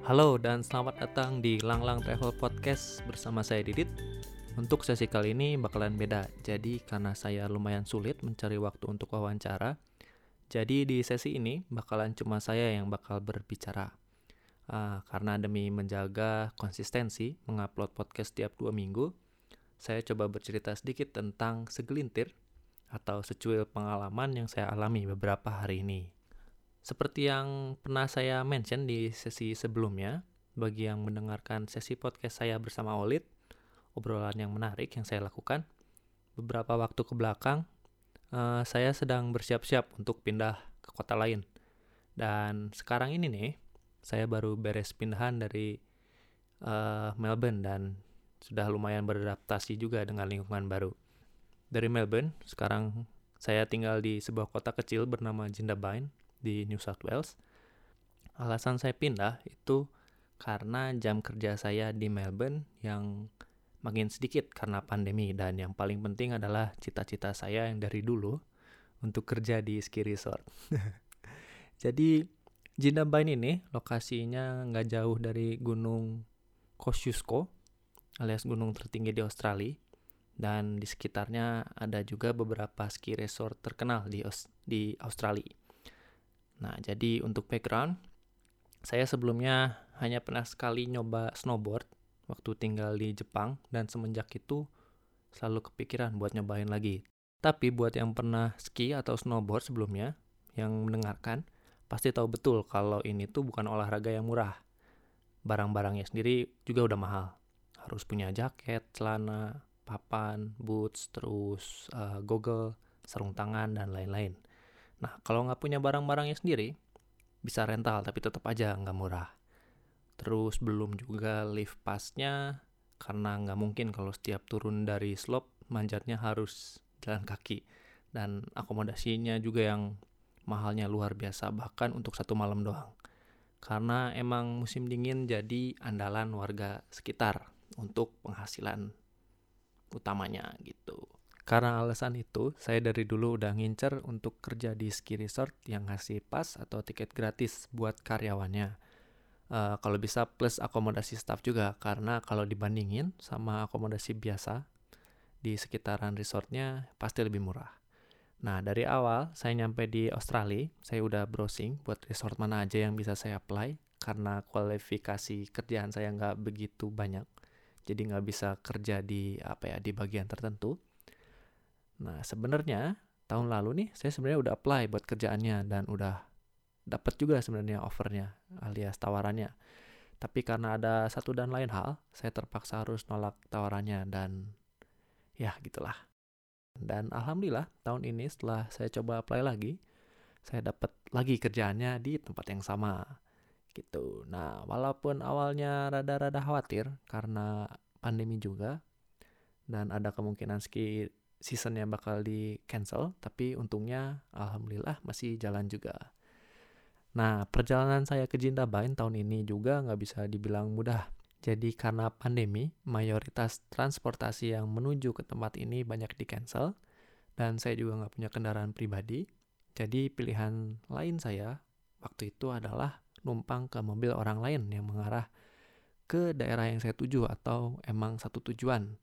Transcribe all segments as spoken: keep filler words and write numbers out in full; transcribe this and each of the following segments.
Halo dan selamat datang di Langlang Travel Podcast bersama saya Didit. Untuk sesi kali ini bakalan beda. Jadi karena saya lumayan sulit mencari waktu untuk wawancara, jadi di sesi ini bakalan cuma saya yang bakal berbicara. Ah, karena demi menjaga konsistensi mengupload podcast tiap dua minggu, saya coba bercerita sedikit tentang segelintir atau secuil pengalaman yang saya alami beberapa hari ini. Seperti yang pernah saya mention di sesi sebelumnya, bagi yang mendengarkan sesi podcast saya bersama Olit, obrolan yang menarik yang saya lakukan, beberapa waktu ke belakang, uh, saya sedang bersiap-siap untuk pindah ke kota lain. Dan sekarang ini nih, saya baru beres pindahan dari uh, Melbourne dan sudah lumayan beradaptasi juga dengan lingkungan baru. Dari Melbourne, sekarang saya tinggal di sebuah kota kecil bernama Jindabyne di New South Wales. Alasan saya pindah itu karena jam kerja saya di Melbourne yang makin sedikit karena pandemi, dan yang paling penting adalah cita-cita saya yang dari dulu untuk kerja di ski resort. Jadi Jindabyne ini lokasinya nggak jauh dari Gunung Kosciuszko alias gunung tertinggi di Australia, dan di sekitarnya ada juga beberapa ski resort terkenal di di Australia. Nah, jadi untuk background, saya sebelumnya hanya pernah sekali nyoba snowboard waktu tinggal di Jepang, dan semenjak itu selalu kepikiran buat nyobain lagi. Tapi buat yang pernah ski atau snowboard sebelumnya, yang mendengarkan, pasti tahu betul kalau ini tuh bukan olahraga yang murah. Barang-barangnya sendiri juga udah mahal. Harus punya jaket, celana, papan, boots, terus uh, goggle, sarung tangan, dan lain-lain. Nah, kalau nggak punya barang-barangnya sendiri, bisa rental tapi tetap aja nggak murah. Terus belum juga lift pass-nya, karena nggak mungkin kalau setiap turun dari slope, manjatnya harus jalan kaki. Dan akomodasinya juga yang mahalnya luar biasa, bahkan untuk satu malam doang. Karena emang musim dingin jadi andalan warga sekitar untuk penghasilan utamanya gitu. Karena alasan itu, saya dari dulu udah ngincer untuk kerja di ski resort yang ngasih pas atau tiket gratis buat karyawannya. Uh, kalau bisa plus akomodasi staff juga, karena kalau dibandingin sama akomodasi biasa di sekitaran resortnya pasti lebih murah. Nah, dari awal saya nyampe di Australia, saya udah browsing buat resort mana aja yang bisa saya apply, karena kualifikasi kerjaan saya nggak begitu banyak, jadi nggak bisa kerja di apa ya di bagian tertentu. Nah, sebenarnya tahun lalu nih saya sebenarnya udah apply buat kerjaannya dan udah dapat juga sebenarnya offernya alias tawarannya. Tapi karena ada satu dan lain hal, saya terpaksa harus nolak tawarannya, dan ya gitulah. Dan alhamdulillah tahun ini setelah saya coba apply lagi, saya dapat lagi kerjaannya di tempat yang sama gitu. Nah, walaupun awalnya rada-rada khawatir karena pandemi juga dan ada kemungkinan ski seasonnya bakal di cancel, tapi untungnya alhamdulillah masih jalan juga. Nah, perjalanan saya ke Jindabyne tahun ini juga nggak bisa dibilang mudah. Jadi karena pandemi, mayoritas transportasi yang menuju ke tempat ini banyak di cancel, dan saya juga nggak punya kendaraan pribadi. Jadi pilihan lain saya waktu itu adalah numpang ke mobil orang lain yang mengarah ke daerah yang saya tuju atau emang satu tujuan.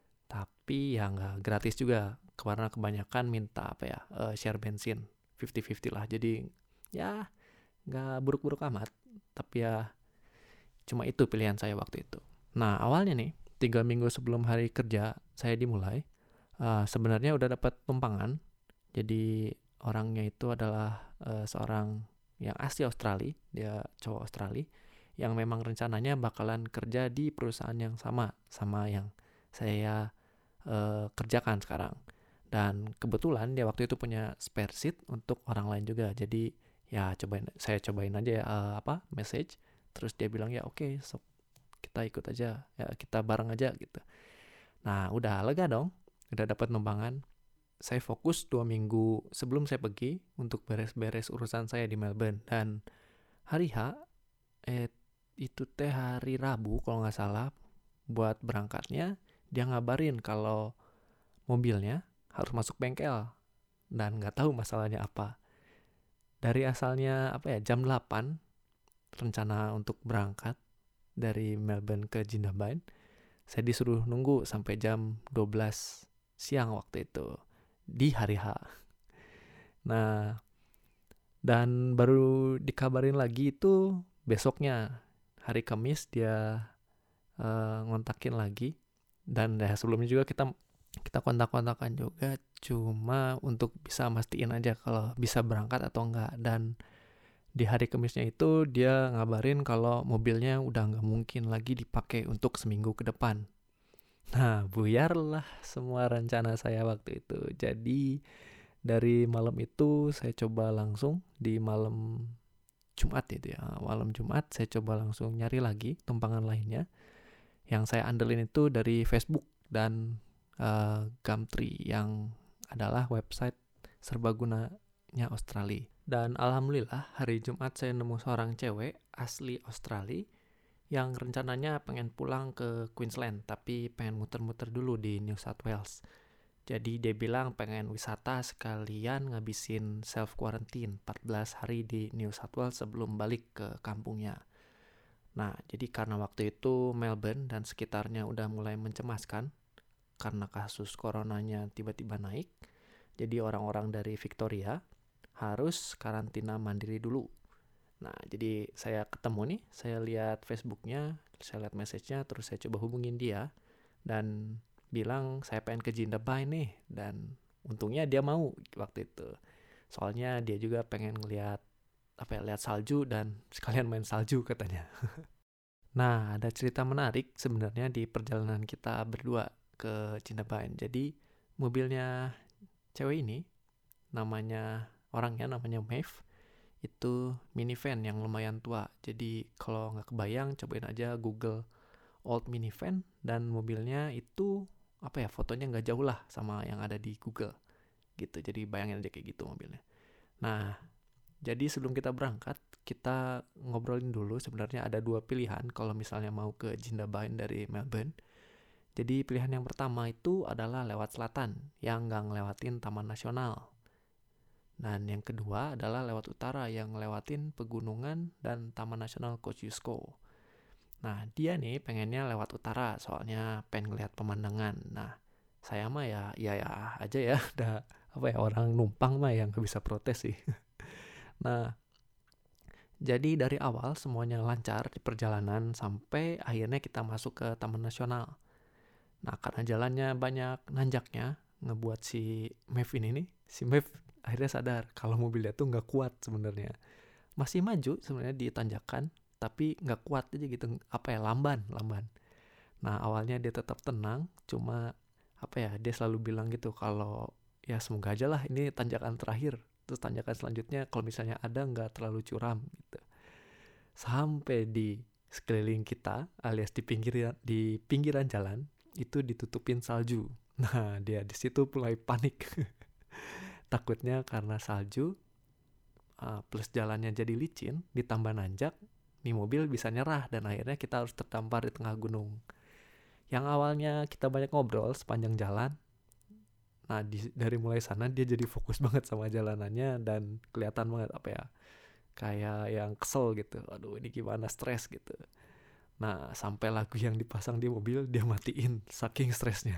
Tapi ya nggak gratis juga, karena kebanyakan minta apa ya uh, share bensin fifty fifty lah. Jadi ya nggak buruk-buruk amat, tapi ya cuma itu pilihan saya waktu itu. Nah, awalnya nih tiga minggu sebelum hari kerja saya dimulai, uh, sebenarnya udah dapat tumpangan. Jadi orangnya itu adalah uh, seorang yang asli Australia, dia cowok Australia yang memang rencananya bakalan kerja di perusahaan yang sama sama yang saya Uh, kerjakan sekarang. Dan kebetulan dia waktu itu punya spare seat untuk orang lain juga. Jadi ya cobain saya cobain aja uh, apa message. Terus dia bilang ya oke, okay, so kita ikut aja, ya kita bareng aja gitu. Nah udah lega dong, udah dapat numpangan. Saya fokus dua minggu sebelum saya pergi untuk beres-beres urusan saya di Melbourne. Dan hari H, eh itu teh hari Rabu kalau nggak salah, buat berangkatnya dia ngabarin kalau mobilnya harus masuk bengkel dan nggak tahu masalahnya apa. Dari asalnya apa ya jam delapan, rencana untuk berangkat dari Melbourne ke Jindabyne, saya disuruh nunggu sampai jam dua belas siang waktu itu di hari H. Nah, dan baru dikabarin lagi itu besoknya hari Kamis dia uh, ngontakin lagi, dan ya sebelumnya juga kita kita kontak-kontakan juga, cuma untuk bisa mastiin aja kalau bisa berangkat atau enggak. Dan di hari Kamisnya itu dia ngabarin kalau mobilnya udah nggak mungkin lagi dipakai untuk seminggu ke depan. Nah, buyarlah semua rencana saya waktu itu. Jadi dari malam itu saya coba langsung di malam Jumat itu ya, malam Jumat saya coba langsung nyari lagi tumpangan lainnya. Yang saya andelin itu dari Facebook dan uh, Gumtree yang adalah website serbagunanya Australia. Dan alhamdulillah hari Jumat saya nemu seorang cewek asli Australia yang rencananya pengen pulang ke Queensland tapi pengen muter-muter dulu di New South Wales. Jadi dia bilang pengen wisata sekalian ngabisin self quarantine empat belas hari di New South Wales sebelum balik ke kampungnya. Nah, jadi karena waktu itu Melbourne dan sekitarnya udah mulai mencemaskan karena kasus coronanya tiba-tiba naik. Jadi orang-orang dari Victoria harus karantina mandiri dulu. Nah, jadi saya ketemu nih, saya lihat Facebooknya, saya lihat message-nya, terus saya coba hubungin dia dan bilang saya pengen ke Jindabyne nih, dan untungnya dia mau waktu itu. Soalnya dia juga pengen ngeliat apa ya, lihat salju dan sekalian main salju katanya. Nah, ada cerita menarik sebenarnya di perjalanan kita berdua ke Jindabyne. Jadi mobilnya cewek ini namanya orangnya namanya Maeve, itu minivan yang lumayan tua. Jadi kalau nggak kebayang, cobain aja Google old minivan, dan mobilnya itu apa ya, fotonya nggak jauh lah sama yang ada di Google gitu. Jadi bayangin aja kayak gitu mobilnya. Nah, jadi sebelum kita berangkat, kita ngobrolin dulu sebenarnya ada dua pilihan kalau misalnya mau ke Jindabyne dari Melbourne. Jadi pilihan yang pertama itu adalah lewat selatan yang nggak ngelewatin Taman Nasional. Dan yang kedua adalah lewat utara yang ngelewatin pegunungan dan Taman Nasional Kosciuszko. Nah, dia nih pengennya lewat utara soalnya pengen ngeliat pemandangan. Nah, saya mah ya ya ya aja ya, udah apa ya, orang numpang mah yang nggak bisa protes sih. Nah, jadi dari awal semuanya lancar di perjalanan sampai akhirnya kita masuk ke Taman Nasional. Nah, karena jalannya banyak nanjaknya, ngebuat si Maeve ini nih, si Maeve akhirnya sadar kalau mobilnya tuh nggak kuat sebenarnya. Masih maju sebenarnya di tanjakan, tapi nggak kuat aja gitu, apa ya, lamban, lamban. Nah, awalnya dia tetap tenang, cuma apa ya, dia selalu bilang gitu kalau ya semoga aja lah ini tanjakan terakhir. Terus tanjakan selanjutnya kalau misalnya ada nggak terlalu curam gitu. Sampai di sekeliling kita alias di pinggiran di pinggiran jalan itu ditutupin salju. Nah, dia di situ mulai panik. Takutnya karena salju uh, plus jalannya jadi licin ditambah nanjak, nih mobil bisa nyerah dan akhirnya kita harus terdampar di tengah gunung. Yang awalnya kita banyak ngobrol sepanjang jalan, nah di, dari mulai sana dia jadi fokus banget sama jalanannya dan kelihatan banget apa ya, kayak yang kesel gitu. Aduh, ini gimana, stres gitu. Nah, sampai lagu yang dipasang di mobil dia matiin saking stresnya.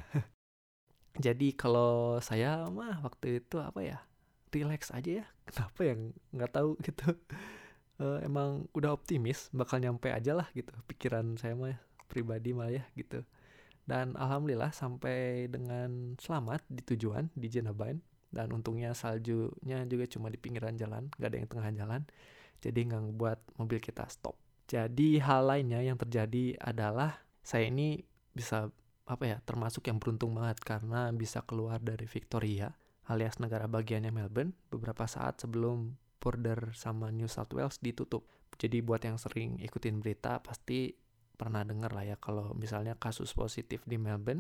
Jadi kalau saya mah waktu itu apa ya, relax aja ya. Kenapa yang nggak tahu gitu. Uh, emang udah optimis bakal nyampe aja lah gitu. Pikiran saya mah pribadi mah ya gitu. Dan alhamdulillah sampai dengan selamat di tujuan di Jindabyne. Dan untungnya saljunya juga cuma di pinggiran jalan, nggak ada yang tengah jalan. Jadi nggak ngebuat mobil kita stop. Jadi hal lainnya yang terjadi adalah saya ini bisa apa ya, termasuk yang beruntung banget karena bisa keluar dari Victoria alias negara bagiannya Melbourne beberapa saat sebelum border sama New South Wales ditutup. Jadi buat yang sering ikutin berita pasti pernah dengar lah ya kalau misalnya kasus positif di Melbourne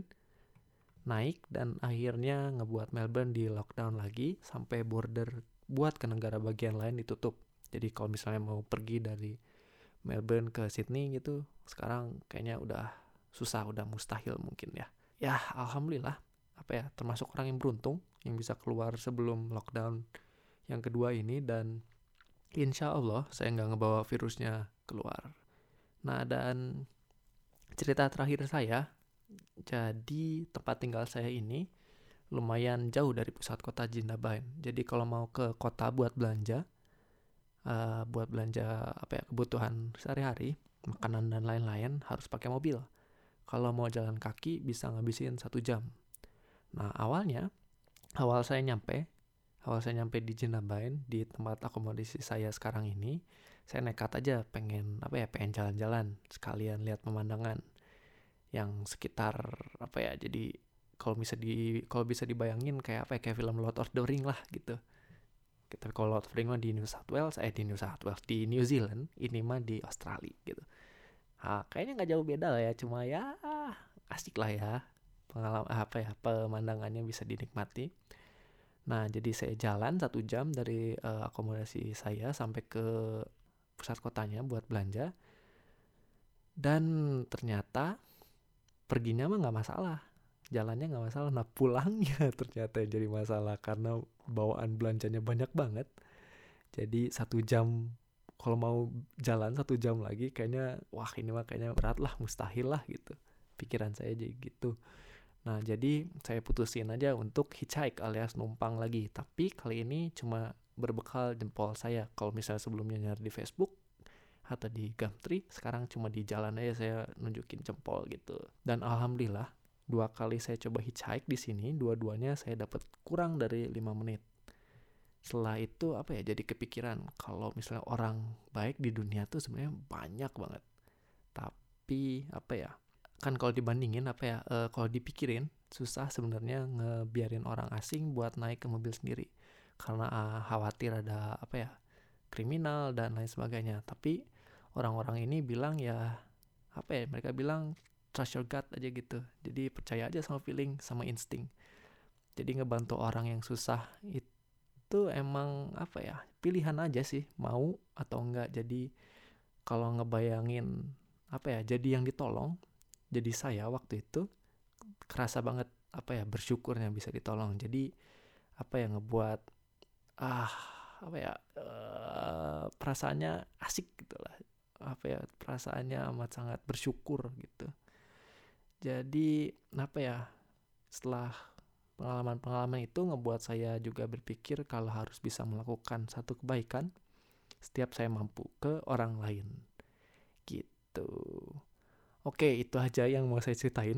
naik dan akhirnya ngebuat Melbourne di lockdown lagi sampai border buat ke negara bagian lain ditutup. Jadi kalau misalnya mau pergi dari Melbourne ke Sydney gitu sekarang kayaknya udah susah, udah mustahil mungkin ya. Ya alhamdulillah apa ya, termasuk orang yang beruntung yang bisa keluar sebelum lockdown yang kedua ini, dan insya Allah saya nggak ngebawa virusnya keluar. Nah, dan cerita terakhir saya, jadi tempat tinggal saya ini lumayan jauh dari pusat kota Jindabyne. Jadi kalau mau ke kota buat belanja, uh, buat belanja apa ya, kebutuhan sehari-hari, makanan dan lain-lain harus pakai mobil. Kalau mau jalan kaki bisa ngabisin satu jam. Nah, awalnya, awal saya nyampe, awal saya nyampe di Jindabyne, di tempat akomodasi saya sekarang ini, saya nekat aja pengen apa ya, pengen jalan-jalan, sekalian lihat pemandangan yang sekitar apa ya. Jadi kalau bisa di kalau bisa dibayangin kayak apa ya, kayak film Lord of the Ring lah gitu. Tapi kalau Lord of the Ring mah di New South Wales, eh di New South Wales, di New Zealand, ini mah di Australia gitu. Nah, kayaknya nggak jauh beda lah ya, cuma ya asik lah ya, pengalaman apa ya, pemandangannya bisa dinikmati. Nah, jadi saya jalan satu jam dari uh, akomodasi saya sampai ke pusat kotanya buat belanja. Dan ternyata perginya mah nggak masalah, jalannya nggak masalah. Nah, pulangnya ternyata yang jadi masalah karena bawaan belanjanya banyak banget. Jadi satu jam, kalau mau jalan satu jam lagi kayaknya, wah ini mah kayaknya berat lah, mustahil lah gitu. Pikiran saya jadi gitu. Nah, jadi saya putusin aja untuk hitchhike alias numpang lagi. Tapi kali ini cuma berbekal jempol saya. Kalau misalnya sebelumnya nyari di Facebook atau di Gumtree, sekarang cuma di jalan aja saya nunjukin jempol gitu. Dan alhamdulillah, dua kali saya coba hitchhike di sini, dua-duanya saya dapat kurang dari lima menit. Setelah itu apa ya, jadi kepikiran kalau misalnya orang baik di dunia tuh sebenarnya banyak banget. Tapi apa ya, kan kalau dibandingin apa ya, e, kalau dipikirin susah sebenarnya ngebiarin orang asing buat naik ke mobil sendiri karena uh, khawatir ada apa ya, kriminal dan lain sebagainya. Tapi orang-orang ini bilang ya apa ya, mereka bilang trust your gut aja gitu. Jadi percaya aja sama feeling, sama insting. Jadi ngebantu orang yang susah itu emang apa ya, pilihan aja sih, mau atau enggak. Jadi kalau ngebayangin apa ya, jadi yang ditolong, jadi saya waktu itu kerasa banget apa ya, bersyukurnya bisa ditolong. Jadi apa ya, ngebuat ah apa ya, uh, perasaannya asik gitu lah. Apa ya, perasaannya amat sangat bersyukur gitu. Jadi apa ya, setelah pengalaman-pengalaman itu ngebuat saya juga berpikir kalau harus bisa melakukan satu kebaikan setiap saya mampu ke orang lain gitu. Oke, itu aja yang mau saya ceritain.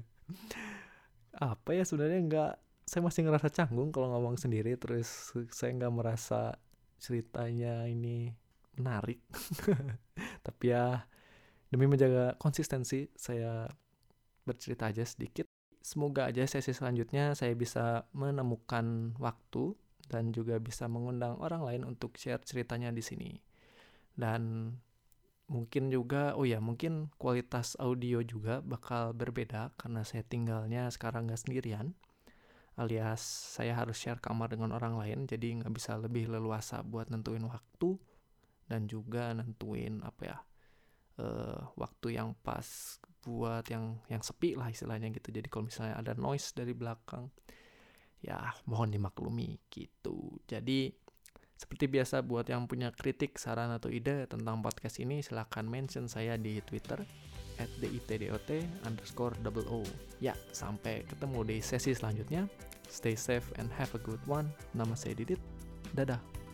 Apa ya, sebenarnya nggak, saya masih ngerasa canggung kalau ngomong sendiri, terus saya nggak merasa ceritanya ini menarik. Tapi ya demi menjaga konsistensi, saya bercerita aja sedikit. Semoga aja sesi selanjutnya saya bisa menemukan waktu dan juga bisa mengundang orang lain untuk share ceritanya di sini. Dan mungkin juga, oh ya mungkin kualitas audio juga bakal berbeda karena saya tinggalnya sekarang gak sendirian, alias saya harus share kamar dengan orang lain, jadi gak bisa lebih leluasa buat nentuin waktu dan juga nentuin apa ya, uh, waktu yang pas buat yang yang sepi lah istilahnya gitu. Jadi kalau misalnya ada noise dari belakang, ya mohon dimaklumi gitu. Jadi seperti biasa, buat yang punya kritik, saran, atau ide tentang podcast ini, silahkan mention saya di Twitter at ditdot underscore double o. Ya, sampai ketemu di sesi selanjutnya. Stay safe and have a good one. Nama saya Didit. Dadah.